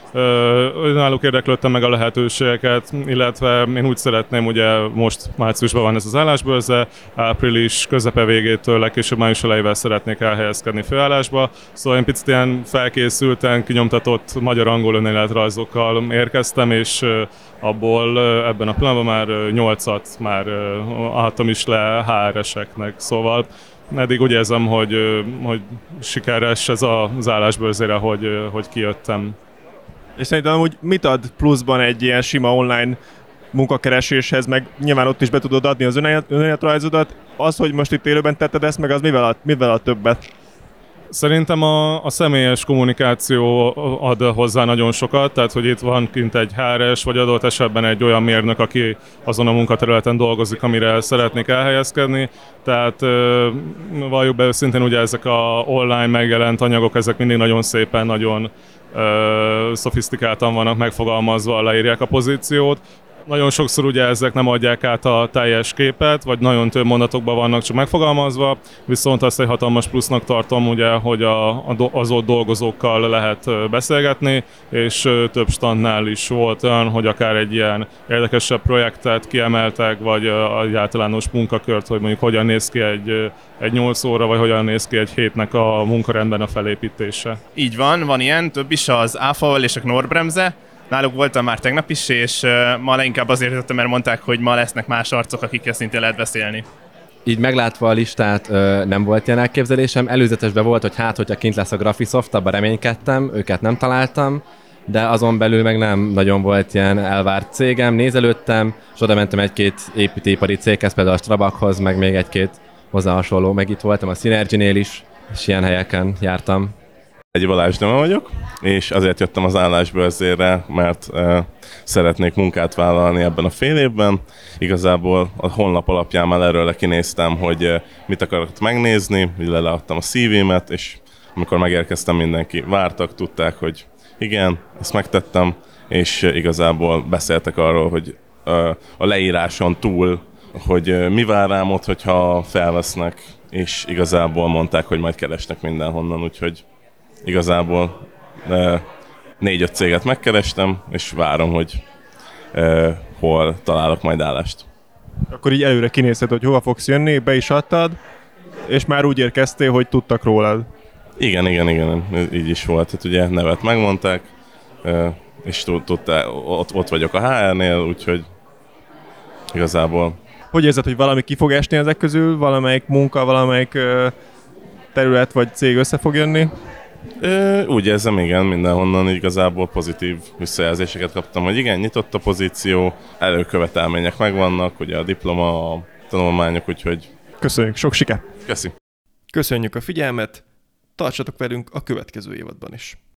Uh, náluk érdeklődtem meg a lehetőségeket, illetve én úgy szeretném, ugye most márciusban van ez az állásbőrze, április közepe végétől, legkésőbb május elejével szeretnék elhelyezkedni főállásba, szóval én picit ilyen felkészülten, kinyomtatott magyar-angol önéletrajzokkal érkeztem, és uh, abból uh, ebben a pillanatban már nyolcat már uh, adtam is le há er eseknek, szóval eddig úgy érzem, hogy, uh, hogy sikeres ez az állásbőrzére, hogy, uh, hogy kijöttem. És szerintem úgy mit ad pluszban egy ilyen sima online munkakereséshez, meg nyilván ott is be tudod adni az önéletrajzodat, az, hogy most itt élőben tetted ezt, meg az mivel ad, mivel ad többet? Szerintem a, a személyes kommunikáció ad hozzá nagyon sokat, tehát hogy itt van kint egy há er es, vagy adott esetben egy olyan mérnök, aki azon a munkaterületen dolgozik, amire szeretnék elhelyezkedni. Tehát valljuk be őszintén, ugye ezek a online megjelent anyagok, ezek mindig nagyon szépen, nagyon ö, szofisztikáltan vannak megfogalmazva, leírják a pozíciót. Nagyon sokszor ugye ezek nem adják át a teljes képet, vagy nagyon több mondatokban vannak csak megfogalmazva, viszont azt egy hatalmas plusznak tartom, ugye, hogy a, a, az ott dolgozókkal lehet beszélgetni, és több standnál is volt olyan, hogy akár egy ilyen érdekesebb projektet kiemeltek, vagy egy általános munkakört, hogy mondjuk hogyan néz ki egy, egy nyolc óra, vagy hogyan néz ki egy hétnek a munkarendben a felépítése. Így van, van ilyen, több is az áfával és a Knorr-Bremse. Náluk voltam már tegnap is, és ma leginkább azért jöttem, mert mondták, hogy ma lesznek más arcok, akikkel szintén lehet beszélni. Így meglátva a listát nem volt ilyen elképzelésem. Előzetesben volt, hogy hát, hogyha kint lesz a Graphisoft, abban reménykedtem, őket nem találtam, de azon belül meg nem nagyon volt ilyen elvárt cégem. Nézelődtem, és oda mentem egy-két építőipari céghez, például a Strabaghoz, meg még egy-két hozzá hasonló. Meg itt voltam a Synergy-nél is, és ilyen helyeken jártam. Egy Balázs Dema vagyok, és azért jöttem az állásbőrzére, mert e, szeretnék munkát vállalni ebben a fél évben. Igazából a honlap alapján már erről kinéztem, hogy e, mit akarok megnézni, hogy leleadtam a cé vémet, és amikor megérkeztem, mindenki vártak, tudták, hogy igen, ezt megtettem, és e, igazából beszéltek arról, hogy e, a leíráson túl, hogy e, mi vár rám ott, hogyha felvesznek, és igazából mondták, hogy majd keresnek mindenhonnan, úgyhogy igazából eh, négy-öt céget megkerestem, és várom, hogy eh, hol találok majd állást. Akkor így előre kinézted, hogy hova fogsz jönni, be is adtad, és már úgy érkeztél, hogy tudtak rólad. Igen, igen, igen, így is volt. Hát ugye nevet megmondták, eh, és tudtál, ott, ott vagyok a há er-nél, úgyhogy igazából... Hogy érzed, hogy valami ki fog esni ezek közül? Valamelyik munka, valamelyik uh, terület vagy cég össze fog jönni? Ö, úgy érzem, igen, mindenhonnan igazából pozitív visszajelzéseket kaptam, hogy igen, nyitott a pozíció, előkövetelmények megvannak, ugye a diploma, a tanulmányok, úgyhogy... Köszönjük, sok sikert! Köszi! Köszönjük a figyelmet, tartsatok velünk a következő évadban is!